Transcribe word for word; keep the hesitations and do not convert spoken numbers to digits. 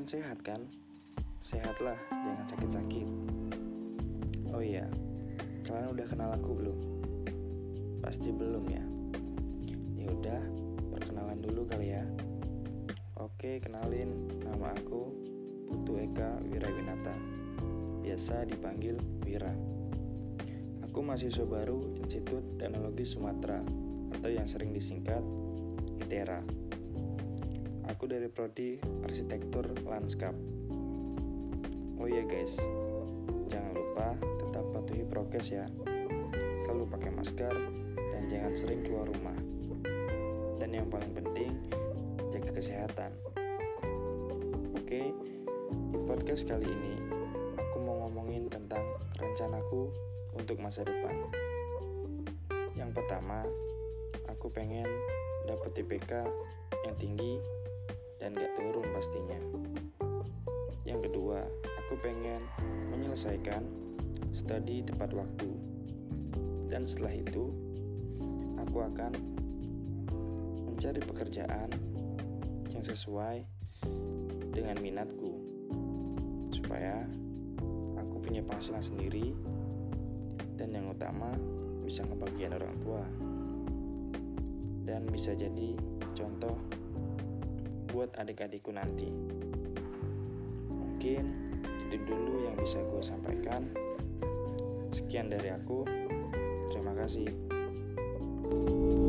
sehat kan? Sehatlah, jangan sakit-sakit. Oh iya, kalian udah kenal aku belum? Pasti belum ya? Ya udah, perkenalan dulu kali ya. Oke, kenalin, nama aku Putu Eka Wirawinata. Biasa dipanggil Wira. Aku mahasiswa baru Institut Teknologi Sumatera atau yang sering disingkat I T E R A. Aku dari prodi Arsitektur Lanskap. Oh iya guys, jangan lupa tetap patuhi prokes ya. Selalu pakai masker dan jangan sering keluar rumah. Dan yang paling penting, jaga kesehatan. Oke, di podcast kali ini aku mau ngomongin tentang rencanaku untuk masa depan. Yang pertama, aku pengen dapet I P K yang tinggi dan gak turun pastinya. Yang kedua, aku pengen menyelesaikan studi tepat waktu. Dan setelah itu, aku akan mencari pekerjaan yang sesuai dengan minatku, supaya aku punya penghasilan sendiri, dan yang utama bisa ngebahagiain orang tua, dan bisa jadi contoh buat adik-adikku nanti. Mungkin itu dulu yang bisa gue sampaikan. Sekian dari aku. Terima kasih.